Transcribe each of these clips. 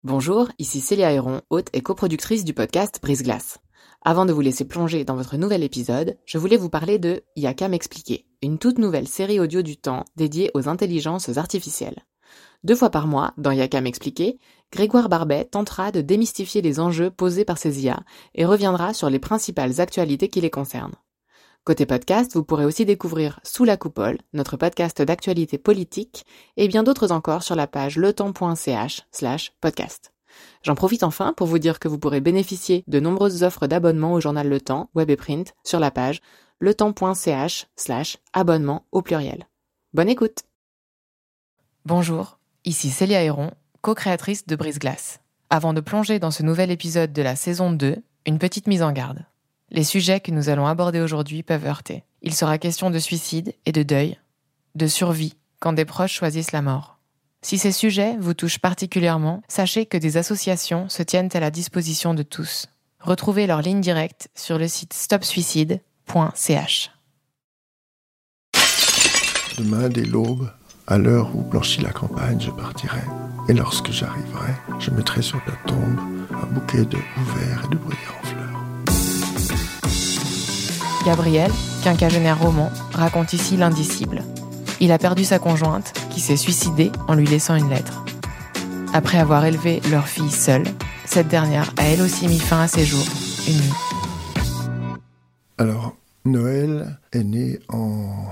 Bonjour, ici Célia Héron, hôte et coproductrice du podcast Brise-Glace. Avant de vous laisser plonger dans votre nouvel épisode, je voulais vous parler de Y'a qu'à m'expliquer, une toute nouvelle série audio du temps dédiée aux intelligences artificielles. 2 fois par mois, dans Y'a qu'à m'expliquer, Grégoire Barbet tentera de démystifier les enjeux posés par ces IA et reviendra sur les principales actualités qui les concernent. Côté podcast, vous pourrez aussi découvrir Sous la coupole, notre podcast d'actualité politique, et bien d'autres encore sur la page letemps.ch/podcast. J'en profite enfin pour vous dire que vous pourrez bénéficier de nombreuses offres d'abonnement au journal Le Temps, web et print, sur la page letemps.ch/abonnement au pluriel. Bonne écoute! Bonjour, ici Célia Héron, co-créatrice de Brise-Glace. Avant de plonger dans ce nouvel épisode de la saison 2, une petite mise en garde. Les sujets que nous allons aborder aujourd'hui peuvent heurter. Il sera question de suicide et de deuil, de survie quand des proches choisissent la mort. Si ces sujets vous touchent particulièrement, sachez que des associations se tiennent à la disposition de tous. Retrouvez leur ligne directe sur le site stopsuicide.ch. Demain, dès l'aube, à l'heure où blanchit la campagne, je partirai. Et lorsque j'arriverai, je mettrai sur ta tombe un bouquet de houverts et de bruyères en fleurs. Gabriel, quinquagénaire roman, raconte ici l'indicible. Il a perdu sa conjointe, qui s'est suicidée en lui laissant une lettre. Après avoir élevé leur fille seule, cette dernière a elle aussi mis fin à ses jours, une nuit. Alors, Noël est né en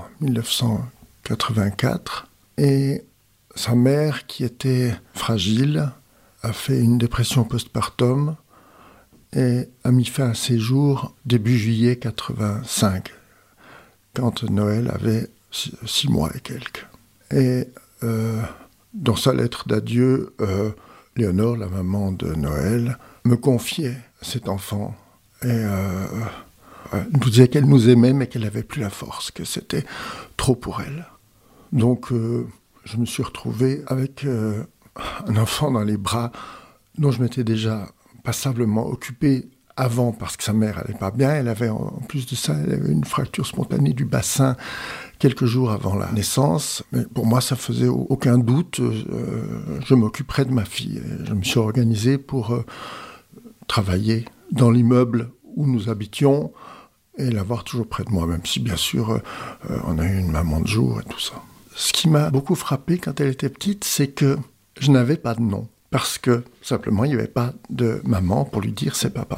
1984 et sa mère, qui était fragile, a fait une dépression postpartum et a mis fin à ses jours début juillet 85, quand Noël avait 6 mois et quelques. Et dans sa lettre d'adieu, Léonore, la maman de Noël, me confiait cet enfant et nous disait qu'elle nous aimait mais qu'elle n'avait plus la force, que c'était trop pour elle. Donc je me suis retrouvé avec un enfant dans les bras dont je m'étais déjà passablement occupé avant parce que sa mère n'allait pas bien. Elle avait, en plus de ça, elle avait une fracture spontanée du bassin quelques jours avant la naissance. Mais pour moi, ça faisait aucun doute. Je m'occuperais de ma fille. Et je me suis organisé pour travailler dans l'immeuble où nous habitions et l'avoir toujours près de moi, même si, bien sûr, on a eu une maman de jour et tout ça. Ce qui m'a beaucoup frappé quand elle était petite, c'est que je n'avais pas de nom. Parce que, simplement, il n'y avait pas de maman pour lui dire « c'est papa ».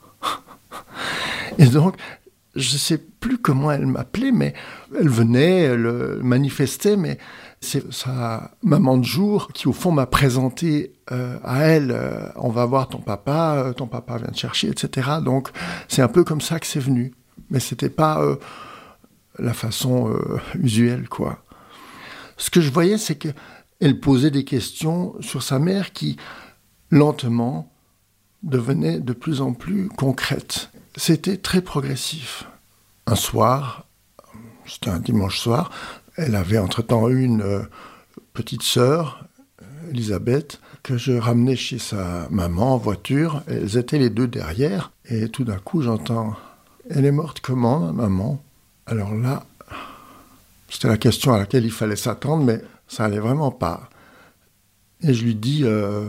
Et donc, je ne sais plus comment elle m'appelait, mais elle venait, elle manifestait, mais c'est sa maman de jour qui, au fond, m'a présenté à elle « on va voir ton papa vient te chercher », etc. Donc, c'est un peu comme ça que c'est venu. Mais ce n'était pas la façon usuelle, quoi. Ce que je voyais, c'est que elle posait des questions sur sa mère qui, lentement, devenait de plus en plus concrète. C'était très progressif. Un soir, c'était un dimanche soir, elle avait entre-temps eu une petite sœur, Elisabeth, que je ramenais chez sa maman en voiture. Elles étaient les deux derrière, et tout d'un coup, j'entends « Elle est morte comment, ma maman ?» Alors là, c'était la question à laquelle il fallait s'attendre, mais ça allait vraiment pas. Et je lui dis,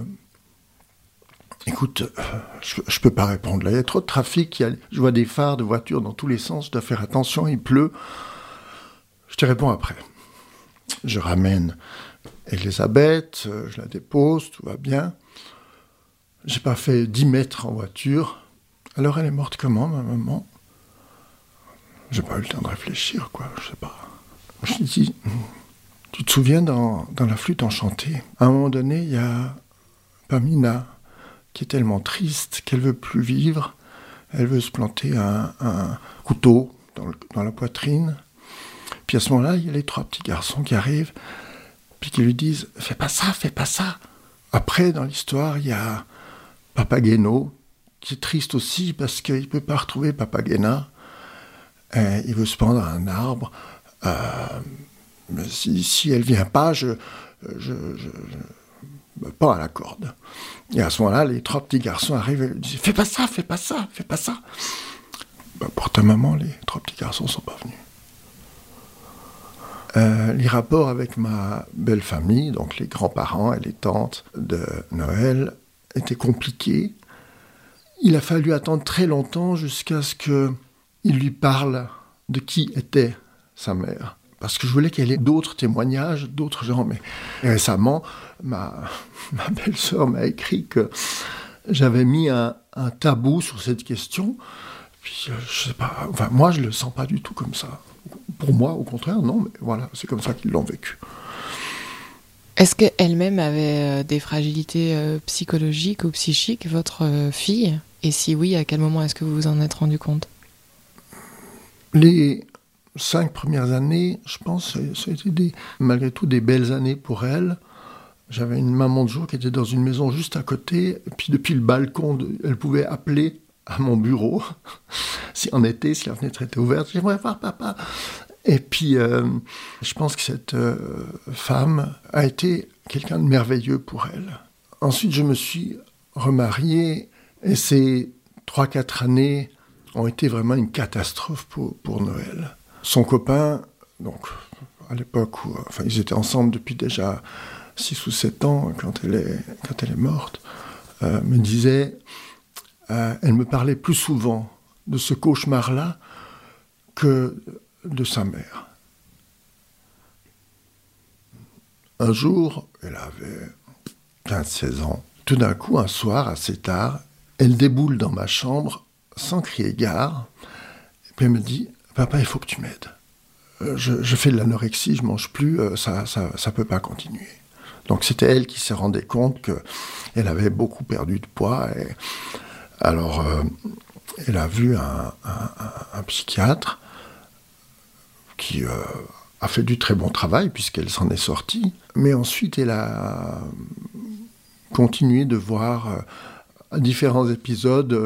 écoute, je peux pas répondre là, il y a trop de trafic, je vois des phares de voitures dans tous les sens, je dois faire attention, il pleut. Je te réponds après. Je ramène Elisabeth, je la dépose, tout va bien. J'ai pas fait 10 mètres en voiture. Alors elle est morte comment, ma maman ? J'ai pas eu le temps de réfléchir, quoi, je sais pas. Je lui dis... Tu te souviens dans la flûte enchantée, à un moment donné, il y a Pamina qui est tellement triste qu'elle veut plus vivre. Elle veut se planter un couteau dans la poitrine. Puis à ce moment-là, il y a les 3 petits garçons qui arrivent, puis qui lui disent « Fais pas ça, fais pas ça !» Après, dans l'histoire, il y a Papageno, qui est triste aussi parce qu'il ne peut pas retrouver Papagena. Il veut se pendre à un arbre. Si elle vient pas, je me pends à la corde. Et à ce moment-là, les 3 petits garçons arrivent et lui disent « Fais pas ça, fais pas ça, fais pas ça !» Pour ta maman, les 3 petits garçons sont pas venus. Les rapports avec ma belle famille, donc les grands-parents et les tantes de Noël, étaient compliqués. Il a fallu attendre très longtemps jusqu'à ce qu'il lui parle de qui était sa mère. Parce que je voulais qu'il y ait d'autres témoignages, d'autres gens. Mais récemment, ma belle-sœur m'a écrit que j'avais mis un tabou sur cette question. Puis, je sais pas, enfin, moi, je le sens pas du tout comme ça. Pour moi, au contraire, non, mais voilà, c'est comme ça qu'ils l'ont vécu. Est-ce qu'elle-même avait des fragilités psychologiques ou psychiques, votre fille ? Et si oui, à quel moment est-ce que vous vous en êtes rendu compte ? Les 5 premières années, je pense, ça a été malgré tout des belles années pour elle. J'avais une maman de jour qui était dans une maison juste à côté, et puis depuis le balcon, elle pouvait appeler à mon bureau, si en été, si la fenêtre était ouverte, j'aimerais voir papa. Et puis, je pense que cette femme a été quelqu'un de merveilleux pour elle. Ensuite, je me suis remarié, et ces 3-4 années ont été vraiment une catastrophe pour Noël. Son copain, donc, à l'époque où ils étaient ensemble depuis déjà 6 ou 7 ans, quand elle est morte, me disait... elle me parlait plus souvent de ce cauchemar-là que de sa mère. Un jour, elle avait 15-16 ans. Tout d'un coup, un soir, assez tard, elle déboule dans ma chambre sans crier gare. Et puis elle me dit « Papa, il faut que tu m'aides. Je fais de l'anorexie, je mange plus, ça peut pas continuer. » Donc c'était elle qui se rendait compte qu'elle avait beaucoup perdu de poids. Et alors, elle a vu un psychiatre qui a fait du très bon travail puisqu'elle s'en est sortie. Mais ensuite, elle a continué de voir à différents épisodes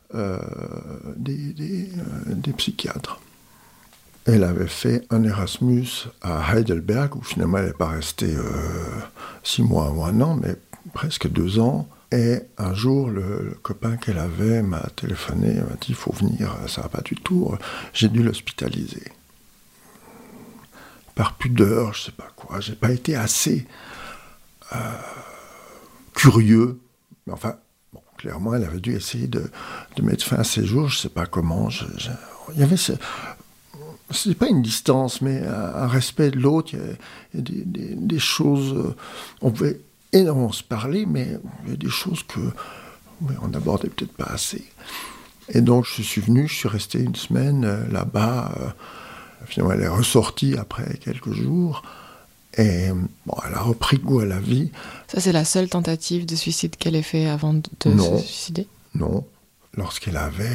des psychiatres. Elle avait fait un Erasmus à Heidelberg, où finalement elle n'est pas restée 6 mois ou 1 an, mais presque 2 ans. Et un jour, le copain qu'elle avait m'a téléphoné, m'a dit « il faut venir, ça va pas du tout ». J'ai dû l'hospitaliser. Par pudeur, je sais pas quoi, j'ai pas été assez curieux. Mais enfin, bon, clairement, elle avait dû essayer de mettre fin à ses jours, je sais pas comment. Il y avait c'est pas une distance, mais un respect de l'autre. Il y a des choses... on pouvait énormément se parler, mais il y a des choses on n'abordait peut-être pas assez. Et donc, je suis venu, je suis resté 1 semaine là-bas. Finalement, elle est ressortie après quelques jours. Et bon, elle a repris goût à la vie. Ça, c'est la seule tentative de suicide qu'elle ait fait avant de se suicider ? Non. Lorsqu'elle avait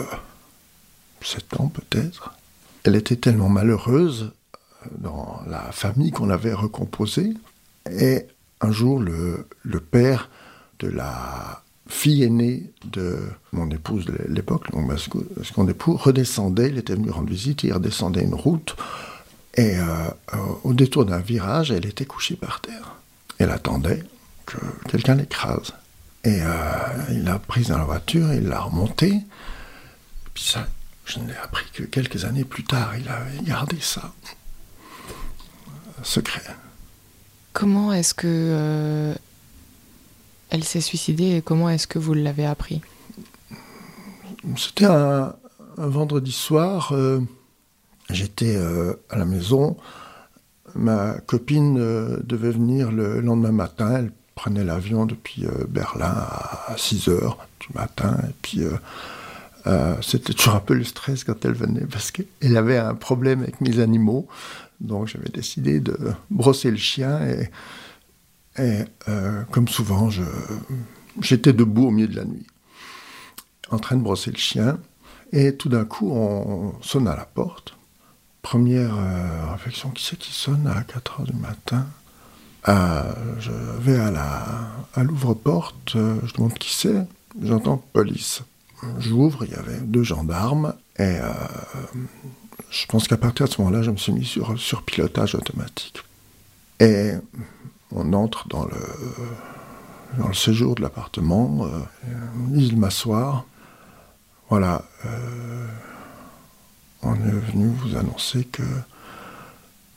7 ans, peut-être. Elle était tellement malheureuse dans la famille qu'on avait recomposée. Et un jour, le père de la fille aînée de mon épouse de l'époque, donc ma seconde épouse, redescendait, il était venu rendre visite, il redescendait une route, et au détour d'un virage, elle était couchée par terre. Elle attendait que quelqu'un l'écrase. Et il l'a prise dans la voiture, il l'a remontée, et puis ça, je ne l'ai appris que quelques années plus tard, il avait gardé ça, secret. Comment est-ce que elle s'est suicidée et comment est-ce que vous l'avez appris ? C'était un vendredi soir, j'étais à la maison, ma copine devait venir le lendemain matin, elle prenait l'avion depuis Berlin à 6h du matin, et puis c'était toujours un peu le stress quand elle venait, parce qu'elle avait un problème avec mes animaux, donc j'avais décidé de brosser le chien, et comme souvent, j'étais debout au milieu de la nuit, en train de brosser le chien, et tout d'un coup, on sonne à la porte. Première réflexion, qui c'est qui sonne à 4h du matin ? Je vais à l'ouvre-porte, je demande qui c'est, j'entends police. J'ouvre, il y avait 2 gendarmes, et je pense qu'à partir de ce moment-là, je me suis mis sur pilotage automatique. Et on entre dans le séjour de l'appartement, ils disent de m'asseoir. Voilà, on est venu vous annoncer que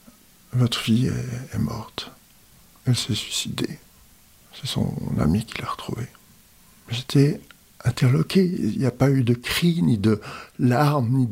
votre fille est morte. Elle s'est suicidée. C'est son ami qui l'a retrouvée. J'étais interloqué. Il n'y a pas eu de cris, ni de larmes, ni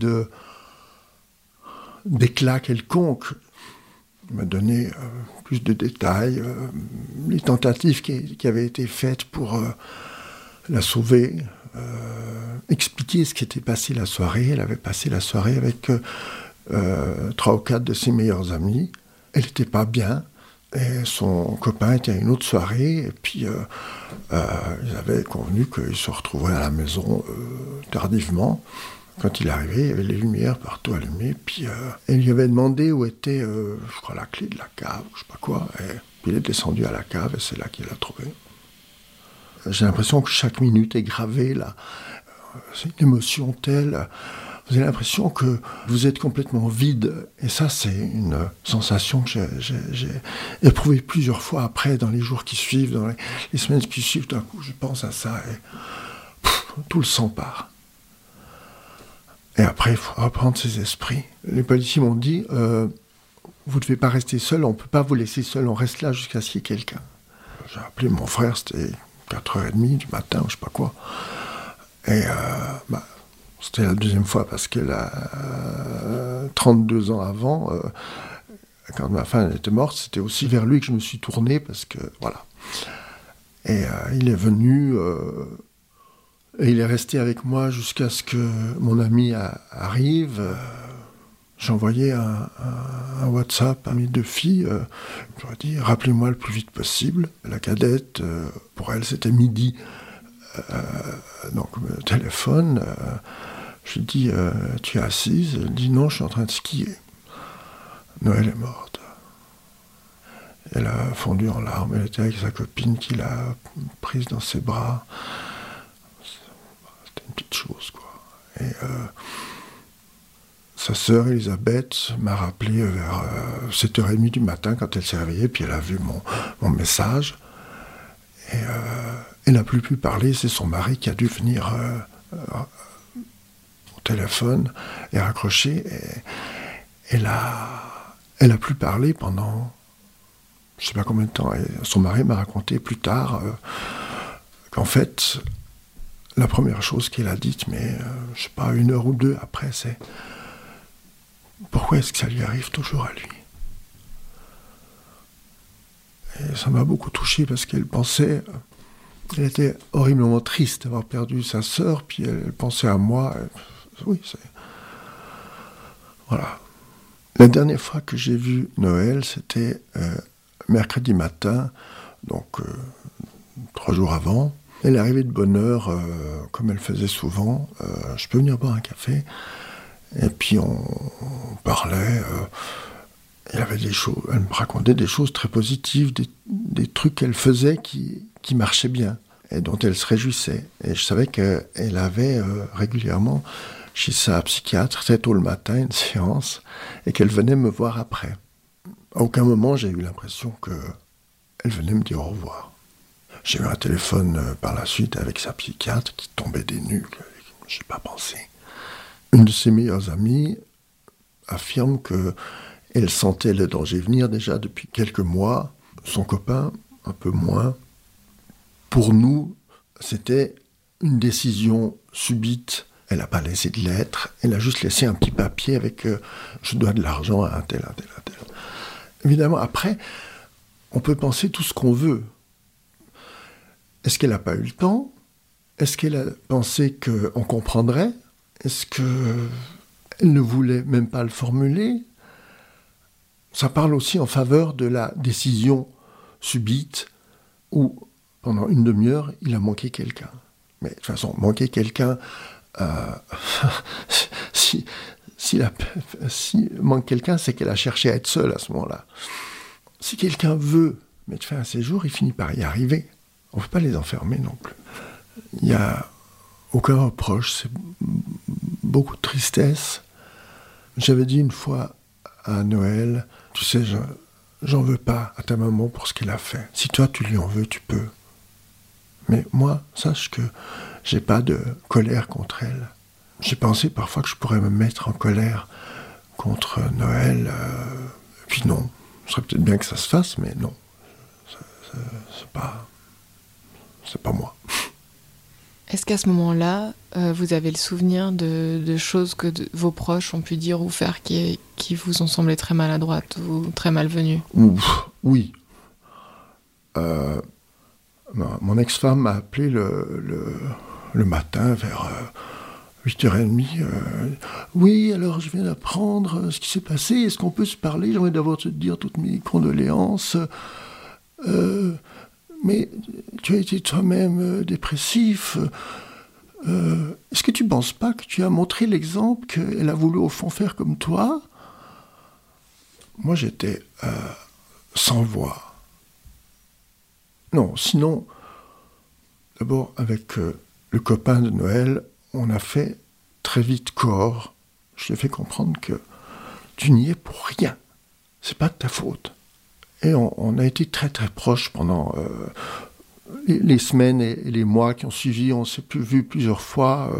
d'éclat quelconque. Il m'a donné plus de détails, les tentatives qui avaient été faites pour la sauver, expliquer ce qui était passé la soirée. Elle avait passé la soirée avec 3 ou 4 de ses meilleurs amis. Elle n'était pas bien. Et son copain était à une autre soirée, et puis ils avaient convenu qu'ils se retrouveraient à la maison tardivement. Quand il est arrivé, il y avait les lumières partout allumées, puis elle lui avait demandé où était, je crois, la clé de la cave, je sais pas quoi, et puis il est descendu à la cave, et c'est là qu'il l'a trouvée. J'ai l'impression que chaque minute est gravée, là. C'est une émotion telle... Vous avez l'impression que vous êtes complètement vide. Et ça, c'est une sensation que j'ai éprouvée plusieurs fois après, dans les jours qui suivent, dans les semaines qui suivent. D'un coup, je pense à ça et tout le sang part. Et après, il faut reprendre ses esprits. Les policiers m'ont dit, vous ne devez pas rester seul, on ne peut pas vous laisser seul, on reste là jusqu'à ce qu'il y ait quelqu'un. J'ai appelé mon frère, c'était 4h30 du matin, je ne sais pas quoi. Et c'était la deuxième fois parce que 32 ans avant, quand ma femme était morte, c'était aussi vers lui que je me suis tourné parce que, voilà. Et il est venu, et il est resté avec moi jusqu'à ce que mon ami arrive. J'ai envoyé un WhatsApp à mes 2 filles. J'aurais dit, rappelez-moi le plus vite possible. La cadette, pour elle, c'était midi. Donc, le téléphone... Je lui dis, tu es assise? Elle dit, non, je suis en train de skier. Noël est morte. Elle a fondu en larmes. Elle était avec sa copine qui l'a prise dans ses bras. C'était une petite chose, quoi. Et sa sœur, Elisabeth, m'a rappelé vers 7h30 du matin quand elle s'est réveillée, puis elle a vu mon message. Et elle n'a plus pu parler. C'est son mari qui a dû venir... téléphone et raccroché, et elle a plus parlé pendant je sais pas combien de temps. Et son mari m'a raconté plus tard qu'en fait la première chose qu'il a dite, mais je sais pas, 1 heure ou 2 après, c'est pourquoi est-ce que ça lui arrive toujours à lui? Et ça m'a beaucoup touché parce qu'elle pensait, elle était horriblement triste d'avoir perdu sa sœur, puis elle pensait à moi. Oui, c'est... Voilà. La dernière fois que j'ai vu Noël, c'était mercredi matin, donc 3 jours avant. Elle est arrivée de bonne heure, comme elle faisait souvent. Je peux venir boire un café? Et puis on parlait. Il y avait des choses, elle me racontait des choses très positives, des trucs qu'elle faisait qui marchaient bien et dont elle se réjouissait. Et je savais qu'elle avait régulièrement chez sa psychiatre, très tôt le matin, une séance, et qu'elle venait me voir après. À aucun moment, j'ai eu l'impression qu'elle venait me dire au revoir. J'ai eu un téléphone par la suite avec sa psychiatre qui tombait des nues, je n'ai pas pensé. Une de ses meilleures amies affirme qu'elle sentait le danger venir déjà depuis quelques mois. Son copain, un peu moins. Pour nous, c'était une décision subite. Elle n'a pas laissé de lettres, elle a juste laissé un petit papier avec je dois de l'argent à un tel, un tel, un tel. Évidemment, après, on peut penser tout ce qu'on veut. Est-ce qu'elle n'a pas eu le temps? Est-ce qu'elle a pensé qu'on comprendrait? Est-ce qu'elle ne voulait même pas le formuler? Ça parle aussi en faveur de la décision subite où, pendant une demi-heure, il a manqué quelqu'un. Mais de toute façon, manquer quelqu'un... si manque quelqu'un, c'est qu'elle a cherché à être seule à ce moment-là. Si quelqu'un veut mettre fin à ses jours, il finit par y arriver. On ne peut pas les enfermer non plus. Il n'y a aucun reproche, c'est beaucoup de tristesse. J'avais dit une fois à Noël, tu sais, j'en veux pas à ta maman pour ce qu'elle a fait. Si toi tu lui en veux, tu peux. Mais moi, sache que j'ai pas de colère contre elle. J'ai pensé parfois que je pourrais me mettre en colère contre Noël. Puis non, Ce serait peut-être bien que ça se fasse, mais non. C'est pas moi. Est-ce qu'à ce moment-là, vous avez le souvenir de choses que vos proches ont pu dire ou faire qui vous ont semblé très maladroites ou très malvenues ? Oui. Mon ex-femme m'a appelé le matin vers 8h30. Oui, alors je viens d'apprendre ce qui s'est passé. Est-ce qu'on peut se parler ? J'aimerais d'abord te dire toutes mes condoléances. Mais tu as été toi-même dépressif. Est-ce que tu ne penses pas que tu as montré l'exemple qu'elle a voulu au fond faire comme toi ? Moi, j'étais sans voix. Non, sinon, d'abord, avec le copain de Noël, on a fait très vite corps. Je lui ai fait comprendre que tu n'y es pour rien. C'est pas de ta faute. Et on a été très très proches pendant les semaines et les mois qui ont suivi. On s'est vu plusieurs fois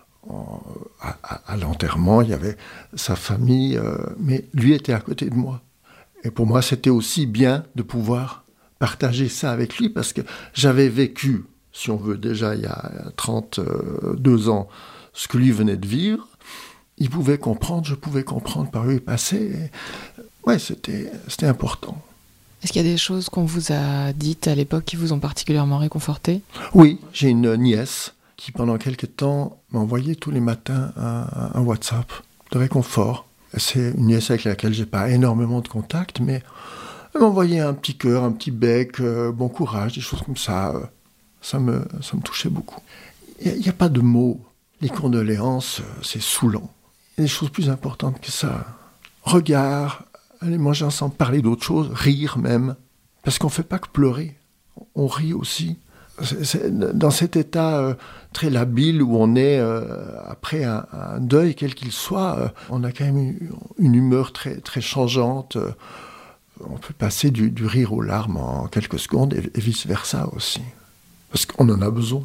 à l'enterrement. Il y avait sa famille, mais lui était à côté de moi. Et pour moi, c'était aussi bien de pouvoir partager ça avec lui parce que j'avais vécu, si on veut, déjà il y a 32 ans, ce que lui venait de vivre. Il pouvait comprendre, je pouvais comprendre par où il passait. Ouais, c'était important. Est-ce qu'il y a des choses qu'on vous a dites à l'époque qui vous ont particulièrement réconforté ? Oui, j'ai une nièce qui, pendant quelques temps, m'a envoyé tous les matins un WhatsApp de réconfort. C'est une nièce avec laquelle j'ai pas énormément de contact, mais elle m'a envoyé un petit cœur, un petit bec, bon courage, des choses comme ça. Ça me touchait beaucoup. Il n'y a pas de mots. Les condoléances, c'est saoulant. Il y a des choses plus importantes que ça. Regard, aller manger ensemble, parler d'autres choses, rire même. Parce qu'on ne fait pas que pleurer, on rit aussi. C'est dans cet état très labile où on est après un deuil, quel qu'il soit, on a quand même une humeur très, très changeante. On peut passer du rire aux larmes en quelques secondes et vice-versa aussi. Parce qu'on en a besoin.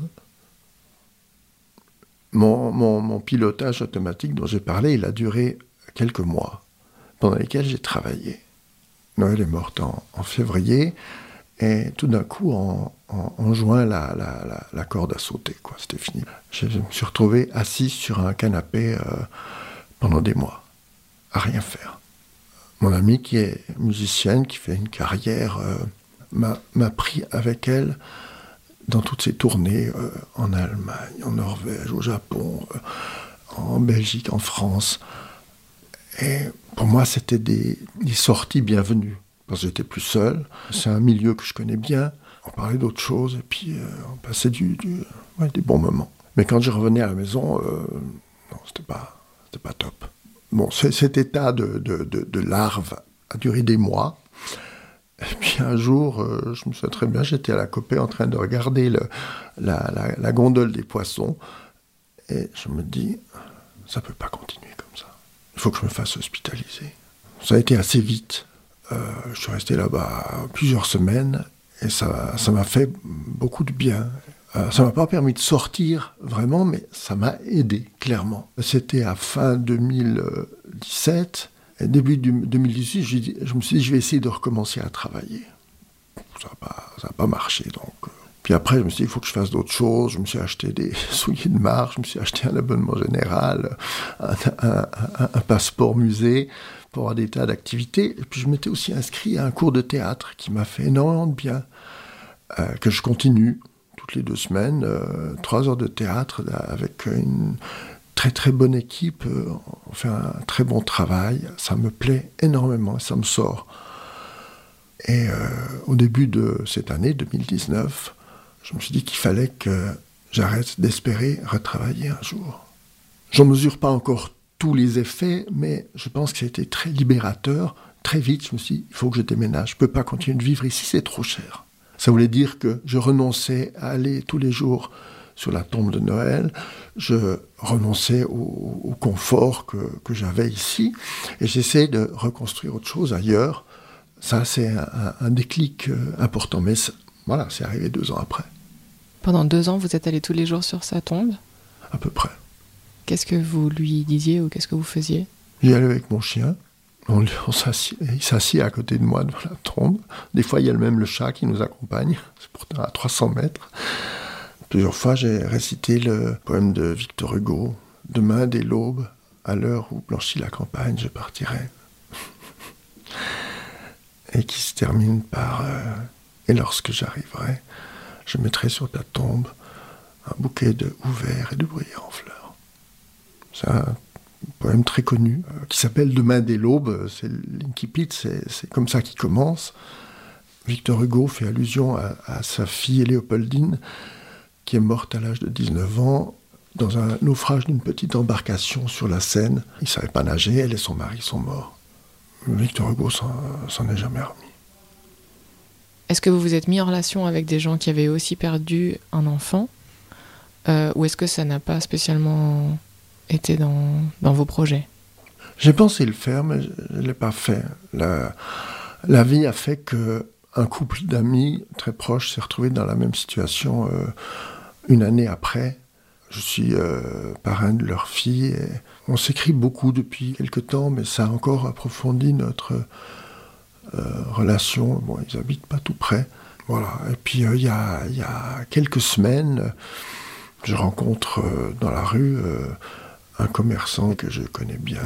Mon pilotage automatique dont j'ai parlé, il a duré quelques mois, pendant lesquels j'ai travaillé. Noël est morte en février, et tout d'un coup, en juin, la corde a sauté, quoi. C'était fini. Je me suis retrouvé assis sur un canapé pendant des mois, à rien faire. Mon amie, qui est musicienne, qui fait une carrière, m'a pris avec elle dans toutes ces tournées en Allemagne, en Norvège, au Japon, en Belgique, en France. Et pour moi, c'était des sorties bienvenues, parce que j'étais plus seul. C'est un milieu que je connais bien. On parlait d'autres choses, et puis on passait des bons moments. Mais quand je revenais à la maison, non, c'était pas top. Bon, cet état de larve a duré des mois. Et puis un jour, je me souviens très bien, j'étais à la Copée en train de regarder la gondole des poissons. Et je me dis, ça ne peut pas continuer comme ça. Il faut que je me fasse hospitaliser. Ça a été assez vite. Je suis resté là-bas plusieurs semaines et ça m'a fait beaucoup de bien. Ça ne m'a pas permis de sortir vraiment, mais ça m'a aidé, clairement. C'était à fin 2017. Et début 2018, je me suis dit, je vais essayer de recommencer à travailler. Ça n'a pas marché, donc. Puis après, je me suis dit, il faut que je fasse d'autres choses. Je me suis acheté des souliers de marche, je me suis acheté un abonnement général, un passeport musée pour avoir des tas d'activités. Et puis je m'étais aussi inscrit à un cours de théâtre qui m'a fait énormément de bien, que je continue toutes les 2 semaines, 3 heures de théâtre avec une très très bonne équipe, on fait un très bon travail, ça me plaît énormément, ça me sort. Et au début de cette année, 2019, je me suis dit qu'il fallait que j'arrête d'espérer retravailler un jour. J'en mesure pas encore tous les effets, mais je pense que ça a été très libérateur. Très vite, je me suis dit, il faut que je déménage, je peux pas continuer de vivre ici, c'est trop cher. Ça voulait dire que je renonçais à aller tous les jours sur la tombe de Noël, je renonçais au confort que j'avais ici, et j'essayais de reconstruire autre chose ailleurs. Ça, c'est un déclic important, mais voilà, c'est arrivé 2 ans après. Pendant 2 ans, vous êtes allé tous les jours sur sa tombe ? À peu près. Qu'est-ce que vous lui disiez ou qu'est-ce que vous faisiez ? J'y allais avec mon chien, Il s'assied à côté de moi devant la tombe. Des fois, il y a même le chat qui nous accompagne. C'est pourtant à 300 mètres. Plusieurs fois, j'ai récité le poème de Victor Hugo. Demain, dès l'aube, à l'heure où blanchit la campagne, je partirai. Et qui se termine par et lorsque j'arriverai, je mettrai sur ta tombe un bouquet de houverts et de bruyères en fleurs. C'est un poème très connu qui s'appelle Demain dès l'aube. C'est l'incipit, c'est comme ça qu'il commence. Victor Hugo fait allusion à sa fille Léopoldine, qui est morte à l'âge de 19 ans dans un naufrage d'une petite embarcation sur la Seine. Il ne savait pas nager, elle et son mari sont morts. Victor Hugo s'en est jamais remis. Est-ce que vous vous êtes mis en relation avec des gens qui avaient aussi perdu un enfant ou est-ce que ça n'a pas spécialement été dans vos projets ? J'ai pensé le faire, mais je ne l'ai pas fait. La vie a fait qu'un couple d'amis très proches s'est retrouvé dans la même situation une année après. Je suis parrain de leur fille. Et on s'écrit beaucoup depuis quelque temps, mais ça a encore approfondi notre relation. Bon, ils habitent pas tout près. Voilà. Et puis il y a quelques semaines, je rencontre dans la rue un commerçant que je connais bien.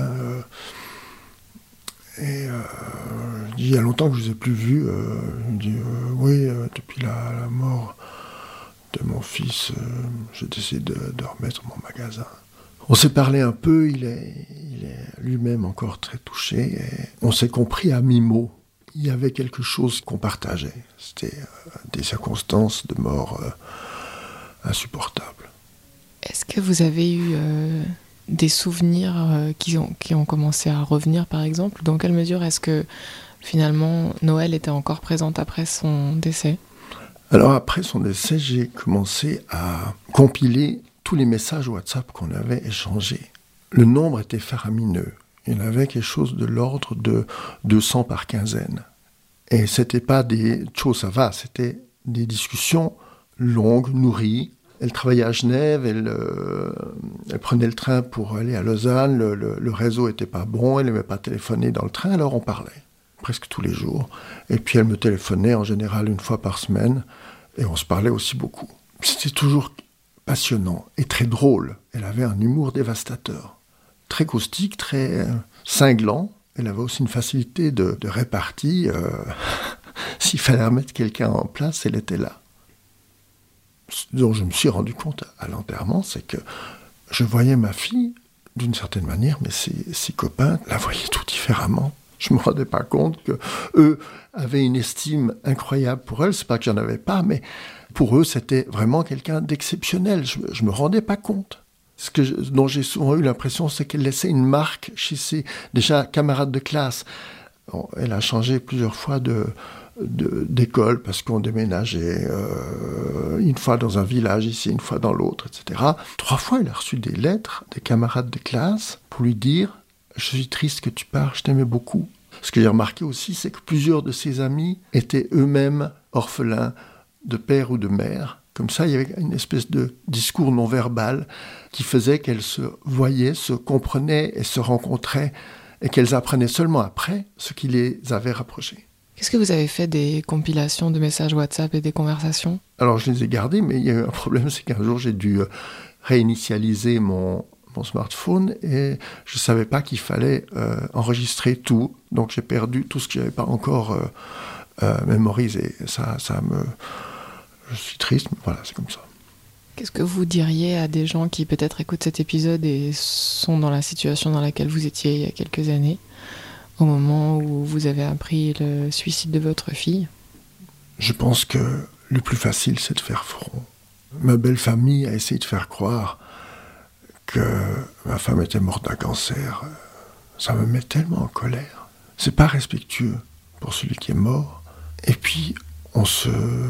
Et il y a longtemps que je ne vous ai plus vu. Il me dit oui, depuis la mort de mon fils, j'ai décidé de remettre mon magasin. On s'est parlé un peu, il est lui-même encore très touché. Et on s'est compris à mi-mot. Il y avait quelque chose qu'on partageait. C'était des circonstances de mort insupportables. Est-ce que vous avez eu des souvenirs qui ont commencé à revenir, par exemple ? Dans quelle mesure est-ce que, finalement, Noël était encore présente après son décès ? Alors, après son décès, j'ai commencé à compiler tous les messages WhatsApp qu'on avait échangés. Le nombre était faramineux. Il y en avait quelque chose de l'ordre de 200 par quinzaine. Et c'était pas des choses, ça va, c'était des discussions longues, nourries. Elle travaillait à Genève, elle prenait le train pour aller à Lausanne, le réseau était pas bon, elle n'aimait pas téléphoner dans le train, alors on parlait, presque tous les jours. Et puis elle me téléphonait en général une fois par semaine, et on se parlait aussi beaucoup. C'était toujours passionnant et très drôle. Elle avait un humour dévastateur. Très caustique, très cinglant. Elle avait aussi une facilité de répartie. S'il fallait remettre quelqu'un en place, elle était là. Ce dont je me suis rendu compte à l'enterrement, c'est que je voyais ma fille d'une certaine manière, mais ses copains la voyaient tout différemment. Je ne me rendais pas compte qu'eux avaient une estime incroyable pour elle. C'est pas que j'en avais pas, mais pour eux, c'était vraiment quelqu'un d'exceptionnel. Je ne me rendais pas compte. Dont j'ai souvent eu l'impression, c'est qu'elle laissait une marque chez ses déjà camarades de classe. Bon, elle a changé plusieurs fois d'école parce qu'on déménageait une fois dans un village ici, une fois dans l'autre, etc. 3 fois, elle a reçu des lettres des camarades de classe pour lui dire « Je suis triste que tu pars, je t'aimais beaucoup ». Ce que j'ai remarqué aussi, c'est que plusieurs de ses amis étaient eux-mêmes orphelins de père ou de mère. Comme ça, il y avait une espèce de discours non-verbal qui faisait qu'elles se voyaient, se comprenaient et se rencontraient et qu'elles apprenaient seulement après ce qui les avait rapprochées. Qu'est-ce que vous avez fait des compilations de messages WhatsApp et des conversations ? Alors, je les ai gardés, mais il y a eu un problème, c'est qu'un jour, j'ai dû réinitialiser mon smartphone et je ne savais pas qu'il fallait enregistrer tout. Donc, j'ai perdu tout ce que je n'avais pas encore mémorisé. Je suis triste, mais voilà, c'est comme ça. Qu'est-ce que vous diriez à des gens qui peut-être écoutent cet épisode et sont dans la situation dans laquelle vous étiez il y a quelques années, au moment où vous avez appris le suicide de votre fille ? Je pense que le plus facile, c'est de faire front. Ma belle famille a essayé de faire croire que ma femme était morte d'un cancer. Ça me met tellement en colère. C'est pas respectueux pour celui qui est mort. Et puis, on se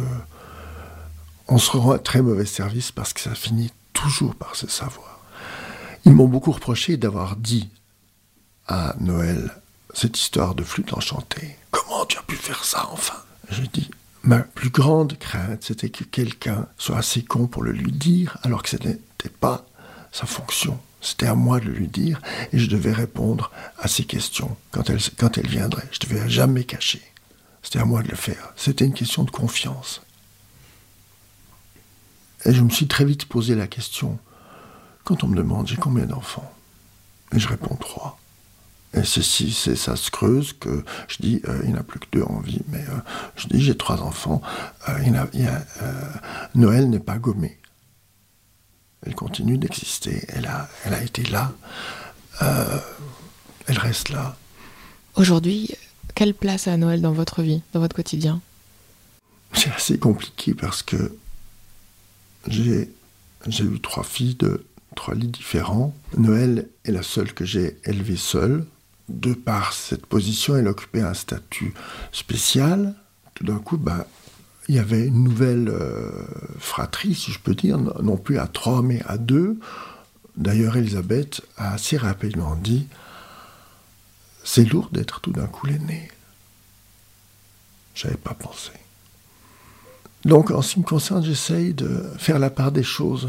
rend un très mauvais service parce que ça finit toujours par se savoir. Ils m'ont beaucoup reproché d'avoir dit à Noël cette histoire de flûte enchantée. Comment tu as pu faire ça, enfin ? Je dis, ma plus grande crainte, c'était que quelqu'un soit assez con pour le lui dire, alors que ce n'était pas sa fonction. C'était à moi de lui dire, et je devais répondre à ses questions quand elle viendrait. Je ne devais jamais cacher. C'était à moi de le faire. C'était une question de confiance. Et je me suis très vite posé la question, quand on me demande j'ai combien d'enfants ? Et je réponds 3. Et ça se creuse que je dis il n'y en a plus que 2 en vie, mais je dis j'ai 3 enfants, Noël n'est pas gommée. Elle continue d'exister, elle a été là, elle reste là. Aujourd'hui, quelle place a Noël dans votre vie, dans votre quotidien ? C'est assez compliqué parce que j'ai eu 3 filles de 3 lits différents. Noël est la seule que j'ai élevée seule. De par cette position, elle occupait un statut spécial. Tout d'un coup, il y avait une nouvelle fratrie, si je peux dire, non plus à 3, mais à 2. D'ailleurs, Elisabeth a assez rapidement dit « C'est lourd d'être tout d'un coup l'aîné. » Je n'avais pas pensé. Donc, en ce qui me concerne, j'essaye de faire la part des choses.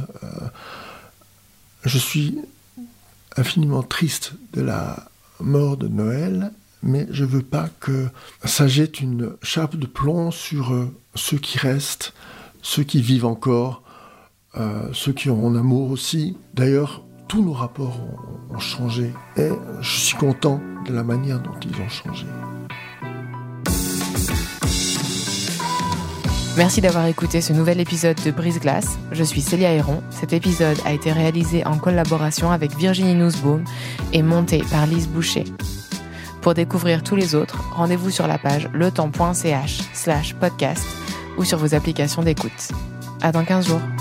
Je suis infiniment triste de la mort de Noël, mais je ne veux pas que ça jette une chape de plomb sur ceux qui restent, ceux qui vivent encore, ceux qui ont un amour aussi. D'ailleurs, tous nos rapports ont changé et je suis content de la manière dont ils ont changé. Merci d'avoir écouté ce nouvel épisode de Brise-Glace. Je suis Célia Héron. Cet épisode a été réalisé en collaboration avec Virginie Nussbaum et monté par Lise Boucher. Pour découvrir tous les autres, rendez-vous sur la page letemps.ch/podcast ou sur vos applications d'écoute. À dans 15 jours.